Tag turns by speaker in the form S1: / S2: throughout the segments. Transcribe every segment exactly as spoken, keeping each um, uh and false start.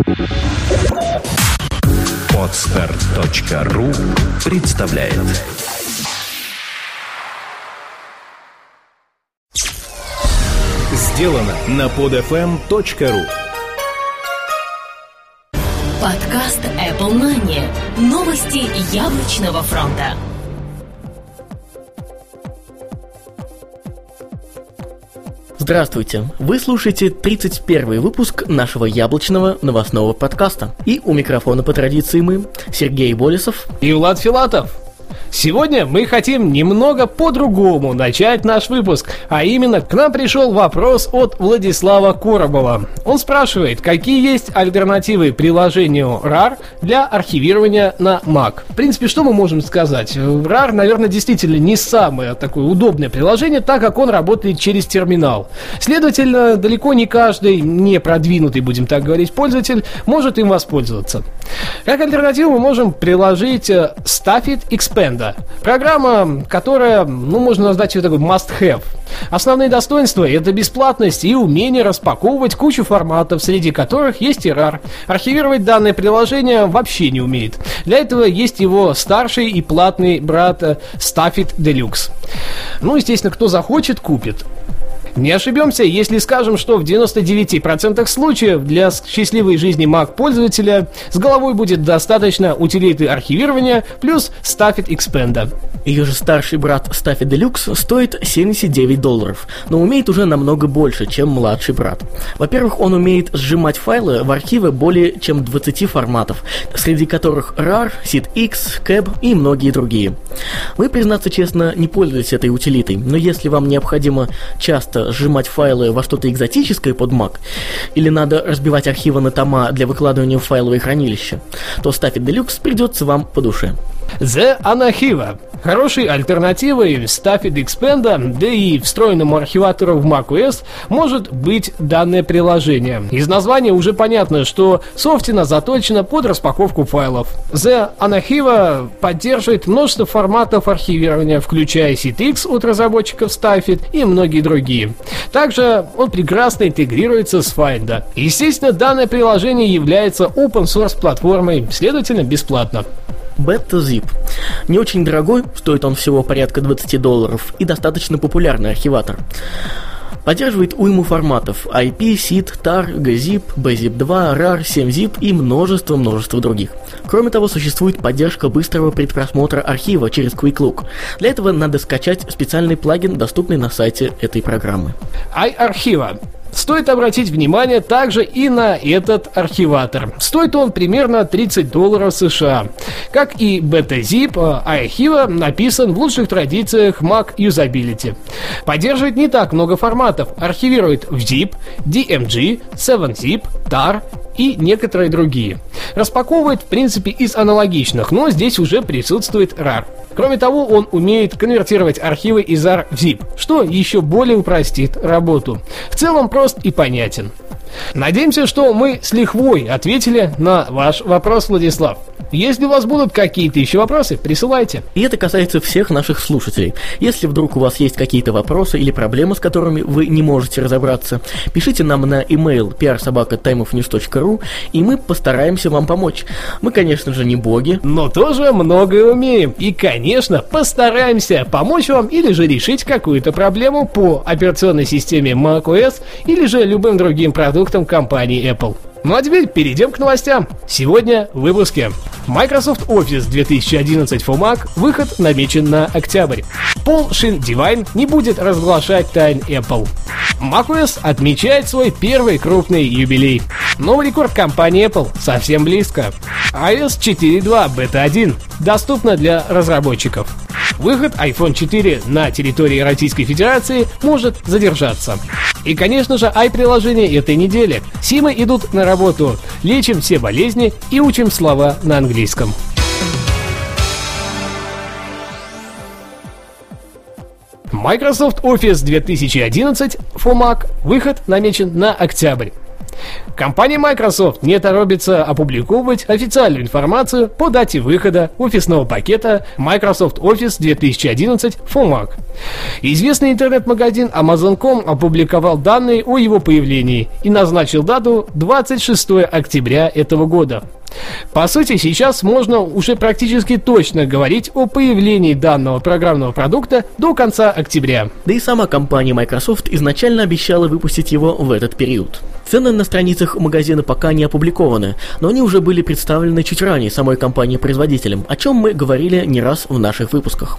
S1: Подстарт точка ру представляет. Сделано на под эф эм точка ру.
S2: Подкаст Apple Money. Новости яблочного фронта.
S3: Здравствуйте! Вы слушаете тридцать первый выпуск нашего яблочного новостного подкаста. И у микрофона по традиции мы, Сергей Болесов
S4: и Влад Филатов. Сегодня мы хотим немного по-другому начать наш выпуск, а именно к нам пришел вопрос от Владислава Коробова. Он спрашивает, какие есть альтернативы приложению рар для архивирования на Mac. В принципе, что мы можем сказать? рар, наверное, действительно не самое такое удобное приложение, так как он работает через терминал. Следовательно, далеко не каждый не продвинутый, будем так говорить, пользователь может им воспользоваться. Как альтернативу мы можем приложить Staffit Expanda. Программа, которая, ну, можно назвать ее такой must-have. Основные достоинства — это бесплатность и умение распаковывать кучу форматов, среди которых есть и рар. Архивировать данное приложение вообще не умеет. Для этого есть его старший и платный брат Staffit Deluxe. Ну, естественно, кто захочет, купит. Не ошибемся, если скажем, что в девяноста девяти процентах случаев для счастливой жизни Mac-пользователя с головой будет достаточно утилиты архивирования плюс Staffit Expanda.
S3: Ее же старший брат Staffit Deluxe стоит семьдесят девять долларов, но умеет уже намного больше, чем младший брат. Во-первых, он умеет сжимать файлы в архивы более чем двадцати форматов, среди которых рар, сид-икс, кэб и многие другие. Вы, признаться честно, не пользуетесь этой утилитой, но если вам необходимо часто сжимать файлы во что-то экзотическое под Mac, или надо разбивать архивы на тома для выкладывания в файловые хранилища, то Staffit Deluxe придется вам по душе.
S4: The Anahiva. Хорошей альтернативой Staffit Expanda, да и встроенному архиватору в macOS, может быть данное приложение. Из названия уже понятно, что софтина заточена под распаковку файлов. The Anahiva поддерживает множество форматов архивирования, включая сид-икс от разработчиков Staffit и многие другие. Также он прекрасно интегрируется с Find. Естественно, данное приложение является open-source платформой, следовательно, бесплатно.
S3: BetaZip. Не очень дорогой, стоит он всего порядка двадцать долларов, и достаточно популярный архиватор. Поддерживает уйму форматов: ай пи, сид, тар, gzip, би зип два, рар, семь зип и множество-множество других. Кроме того, существует поддержка быстрого предпросмотра архива через Quick Look. Для этого надо скачать специальный плагин, доступный на сайте этой программы.
S4: iArchiva. Стоит обратить внимание также и на этот архиватор. Стоит он примерно тридцать долларов США. Как и BetaZip, iArchiva написан в лучших традициях Mac юзабилити. Поддерживает не так много форматов. Архивирует в zip, ди эм джи, семь зип, тар и некоторые другие. Распаковывает, в принципе, из аналогичных, но здесь уже присутствует рар. Кроме того, он умеет конвертировать архивы из ар в зип, что еще более упростит работу. В целом прост и понятен. Надеемся, что мы с лихвой ответили на ваш вопрос, Владислав. Если у вас будут какие-то еще вопросы, присылайте.
S3: И это касается всех наших слушателей. Если вдруг у вас есть какие-то вопросы или проблемы, с которыми вы не можете разобраться, пишите нам на email пи ар собака тайм оф ньюс точка ру, и мы постараемся вам помочь. Мы, конечно же, не боги,
S4: но тоже многое умеем. И, конечно, постараемся помочь вам или же решить какую-то проблему по операционной системе macOS или же любым другим продуктам компании Apple. Ну а теперь перейдем к новостям. Сегодня в выпуске. Microsoft Office две тысячи одиннадцать for Mac, выход намечен на октябрь. Пол Шиндивайн не будет разглашать тайн Apple. macOS отмечает свой первый крупный юбилей. Новый рекорд компании Apple совсем близко. ай о эс четыре точка два бета один доступна для разработчиков. Выход айфон четыре на территории Российской Федерации может задержаться. И, конечно же, ай-приложение этой недели. Симы идут на работу. Лечим все болезни и учим слова на английском. Microsoft Office две тысячи одиннадцать for Mac, выход намечен на октябрь. Компания Microsoft не торопится опубликовывать официальную информацию по дате выхода офисного пакета Microsoft Office две тысячи одиннадцать for Mac. Известный интернет-магазин Amazon точка ком опубликовал данные о его появлении и назначил дату двадцать шестое октября этого года. По сути, сейчас можно уже практически точно говорить о появлении данного программного продукта до конца октября.
S3: Да и сама компания Microsoft изначально обещала выпустить его в этот период. Цены на страницах магазина пока не опубликованы, но они уже были представлены чуть ранее самой компанией-производителем, о чем мы говорили не раз в наших выпусках.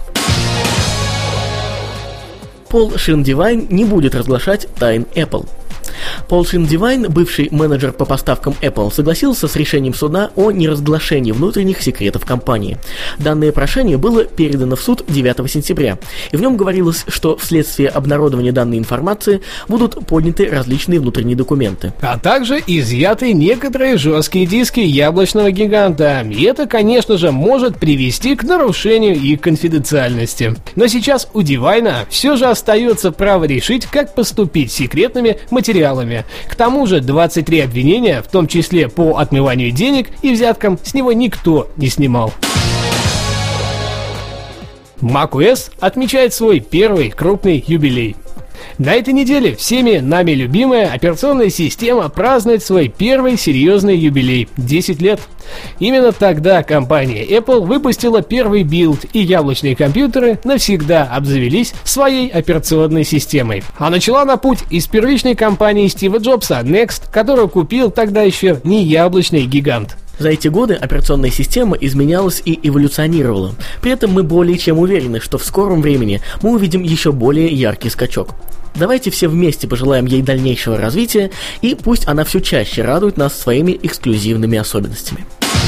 S3: Пол Шиндивайн не будет разглашать тайн Apple. Пол Шиндивайн, бывший менеджер по поставкам Apple, согласился с решением суда о неразглашении внутренних секретов компании. Данное прошение было передано в суд девятого сентября, и в нем говорилось, что вследствие обнародования данной информации будут подняты различные внутренние документы.
S4: А также изъяты некоторые жесткие диски яблочного гиганта, и это, конечно же, может привести к нарушению их конфиденциальности. Но сейчас у Дивайна все же остается право решить, как поступить с секретными материалами. К тому же двадцать три обвинения, в том числе по отмыванию денег и взяткам, с него никто не снимал. macOS отмечает свой первый крупный юбилей. На этой неделе всеми нами любимая операционная система празднует свой первый серьезный юбилей – десять лет. Именно тогда компания Apple выпустила первый билд, и яблочные компьютеры навсегда обзавелись своей операционной системой. А начала на путь из первичной компании Стива Джобса Next, которую купил тогда еще не яблочный гигант.
S3: За эти годы операционная система изменялась и эволюционировала. При этом мы более чем уверены, что в скором времени мы увидим еще более яркий скачок. Давайте все вместе пожелаем ей дальнейшего развития, и пусть она все чаще радует нас своими эксклюзивными особенностями.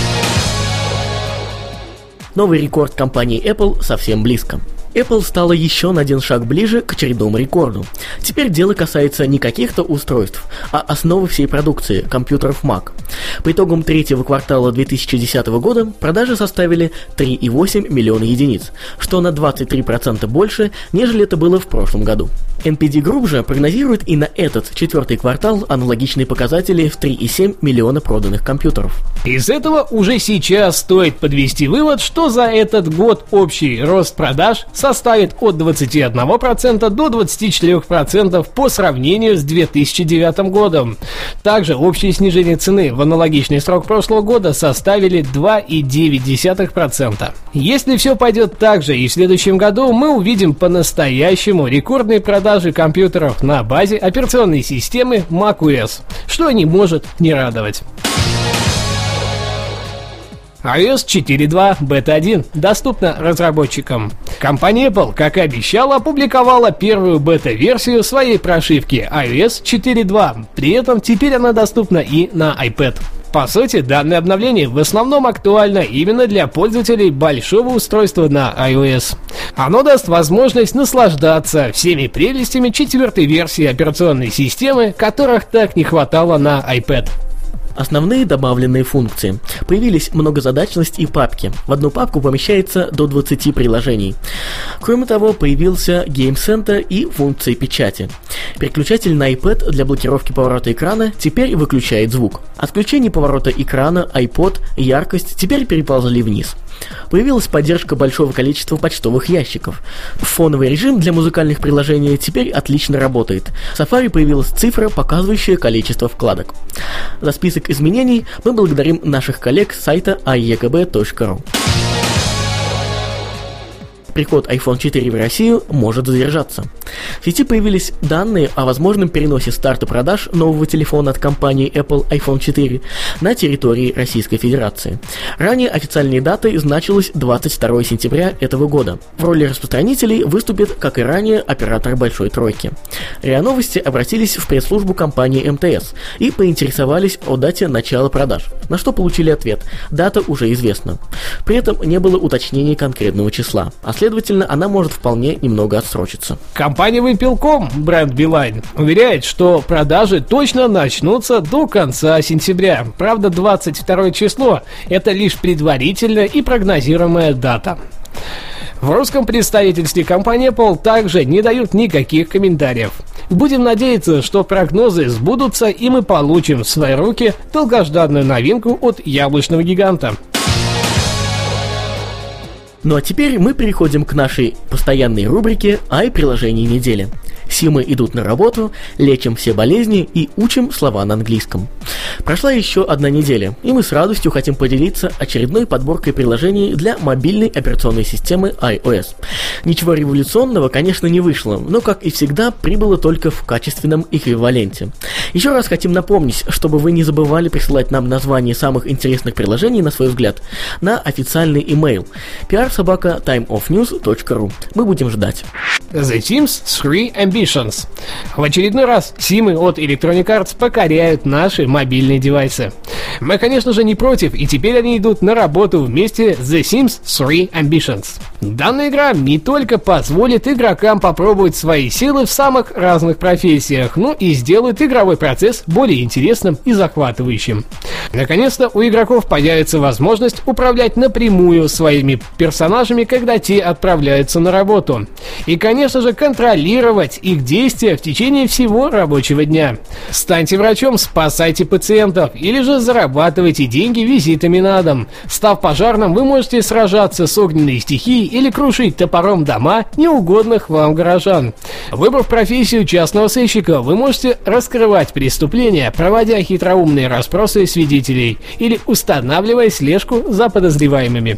S3: Новый рекорд компании Apple совсем близко. Apple стала еще на один шаг ближе к очередному рекорду. Теперь дело касается не каких-то устройств, а основы всей продукции – компьютеров Mac. По итогам третьего квартала две тысячи десятого года продажи составили три и восемь миллиона единиц, что на двадцать три процента больше, нежели это было в прошлом году. эн пи ди Group же прогнозирует и на этот четвертый квартал аналогичные показатели в три и семь миллиона проданных компьютеров.
S4: Из этого уже сейчас стоит подвести вывод, что за этот год общий рост продаж составит от двадцати одного процента до двадцати четырёх процентов по сравнению с две тысячи девятым годом. Также общее снижение цены в аналогичный срок прошлого года составили два и девять десятых процента. Если все пойдет так же и в следующем году, мы увидим по-настоящему рекордные продажи компьютеров на базе операционной системы macOS, что не может не радовать. iOS четыре точка два бета один доступна разработчикам. Компания Apple, как и обещала, опубликовала первую бета-версию своей прошивки iOS четыре точка два. При этом теперь она доступна и на iPad. По сути, данное обновление в основном актуально именно для пользователей большого устройства на iOS. Оно даст возможность наслаждаться всеми прелестями четвертой версии операционной системы, которых так не хватало на iPad.
S3: Основные добавленные функции. Появились многозадачность и папки. В одну папку помещается до двадцати приложений. Кроме того, появился Game Center и функции печати. Переключатель на iPad для блокировки поворота экрана теперь выключает звук. Отключение поворота экрана, iPod, яркость теперь переползли вниз. Появилась поддержка большого количества почтовых ящиков. Фоновый режим для музыкальных приложений теперь отлично работает. В Safari появилась цифра, показывающая количество вкладок. За список изменений мы благодарим наших коллег с сайта ай и кей би точка ру. Приход айфон четыре в Россию может задержаться. В сети появились данные о возможном переносе старта продаж нового телефона от компании Apple айфон четыре на территории Российской Федерации. Ранее официальной датой значилось двадцать второго сентября этого года. В роли распространителей выступит, как и ранее, оператор Большой Тройки. РИА Новости обратились в пресс-службу компании эм тэ эс и поинтересовались о дате начала продаж, на что получили ответ: дата уже известна. При этом не было уточнения конкретного числа, а следовательно, она может вполне немного отсрочиться.
S4: Компания Выпилком, бренд Билайн, уверяет, что продажи точно начнутся до конца сентября. Правда, двадцать второе число – это лишь предварительная и прогнозируемая дата. В русском представительстве компании Apple также не дают никаких комментариев. Будем надеяться, что прогнозы сбудутся и мы получим в свои руки долгожданную новинку от яблочного гиганта.
S3: Ну а теперь мы переходим к нашей постоянной рубрике «Ай-приложение недели». Симы идут на работу, лечим все болезни и учим слова на английском. Прошла еще одна неделя, и мы с радостью хотим поделиться очередной подборкой приложений для мобильной операционной системы iOS. Ничего революционного, конечно, не вышло, но, как и всегда, прибыло только в качественном эквиваленте. Еще раз хотим напомнить, чтобы вы не забывали присылать нам названия самых интересных приложений, на свой взгляд, на официальный имейл пи ар собака тайм оф ньюс точка ру. Мы будем ждать.
S4: The Sims три Ambitions. В очередной раз симы от Electronic Arts покоряют наши мобильные девайсы. Мы, конечно же, не против, и теперь они идут на работу вместе с The Sims три Ambitions. Данная игра не только позволит игрокам попробовать свои силы в самых разных профессиях, но и сделает игровой процесс более интересным и захватывающим. Наконец-то у игроков появится возможность управлять напрямую своими персонажами, когда те отправляются на работу. И, конечно же, контролировать их действия в течение всего рабочего дня. Станьте врачом, спасайте пациентов, или же зарабатывайте деньги визитами на дом. Став пожарным, вы можете сражаться с огненной стихией или крушить топором дома неугодных вам горожан. Выбрав профессию частного сыщика, вы можете раскрывать преступления, проводя хитроумные расспросы свидетелей или устанавливая слежку за подозреваемыми.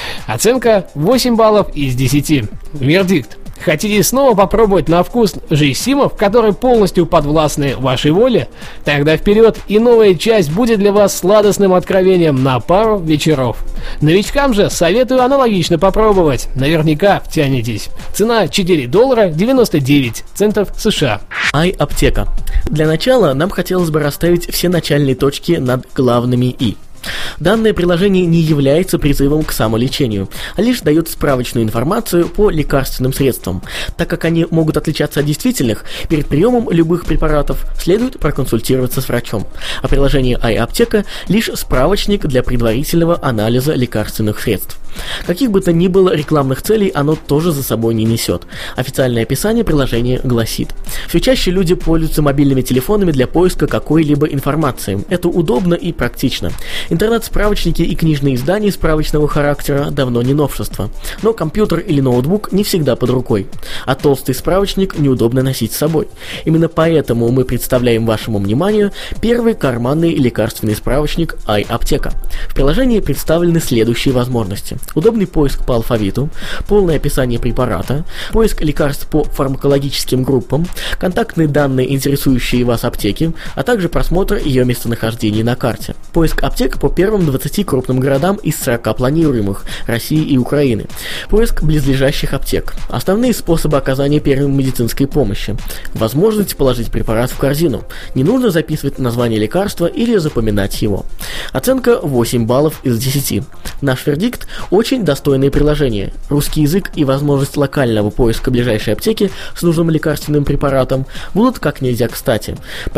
S4: Оценка восемь баллов из десяти. Вердикт. Хотите снова попробовать на вкус жизнь симов, которые полностью подвластны вашей воле? Тогда вперед, и новая часть будет для вас сладостным откровением на пару вечеров. Новичкам же советую аналогично попробовать, наверняка втянетесь. Цена четыре доллара девяносто девять центов США.
S3: Ай-аптека. Для начала нам хотелось бы расставить все начальные точки над главными «и». Данное приложение не является призывом к самолечению, а лишь дает справочную информацию по лекарственным средствам. Так как они могут отличаться от действительных, перед приемом любых препаратов следует проконсультироваться с врачом. А приложение Ай-аптека лишь справочник для предварительного анализа лекарственных средств. Каких бы то ни было рекламных целей оно тоже за собой не несет. Официальное описание приложения гласит: все чаще люди пользуются мобильными телефонами для поиска какой-либо информации. Это удобно и практично. Интернет-справочники и книжные издания справочного характера давно не новшество. Но компьютер или ноутбук не всегда под рукой. А толстый справочник неудобно носить с собой. Именно поэтому мы представляем вашему вниманию первый карманный лекарственный справочник Ай-аптека. В приложении представлены следующие возможности: удобный поиск по алфавиту, полное описание препарата, поиск лекарств по фармакологическим группам, контактные данные, интересующие вас аптеки, а также просмотр ее местонахождения на карте. Поиск аптек по первым двадцати крупным городам из сорока планируемых России и Украины. Поиск близлежащих аптек. Основные способы оказания первой медицинской помощи. Возможность положить препарат в корзину. Не нужно записывать название лекарства или запоминать его. Оценка восемь баллов из десяти. Наш вердикт – очень достойное приложение. Русский язык и возможность локального поиска ближайшей аптеки с нужным лекарственным препаратом будут как нельзя кстати.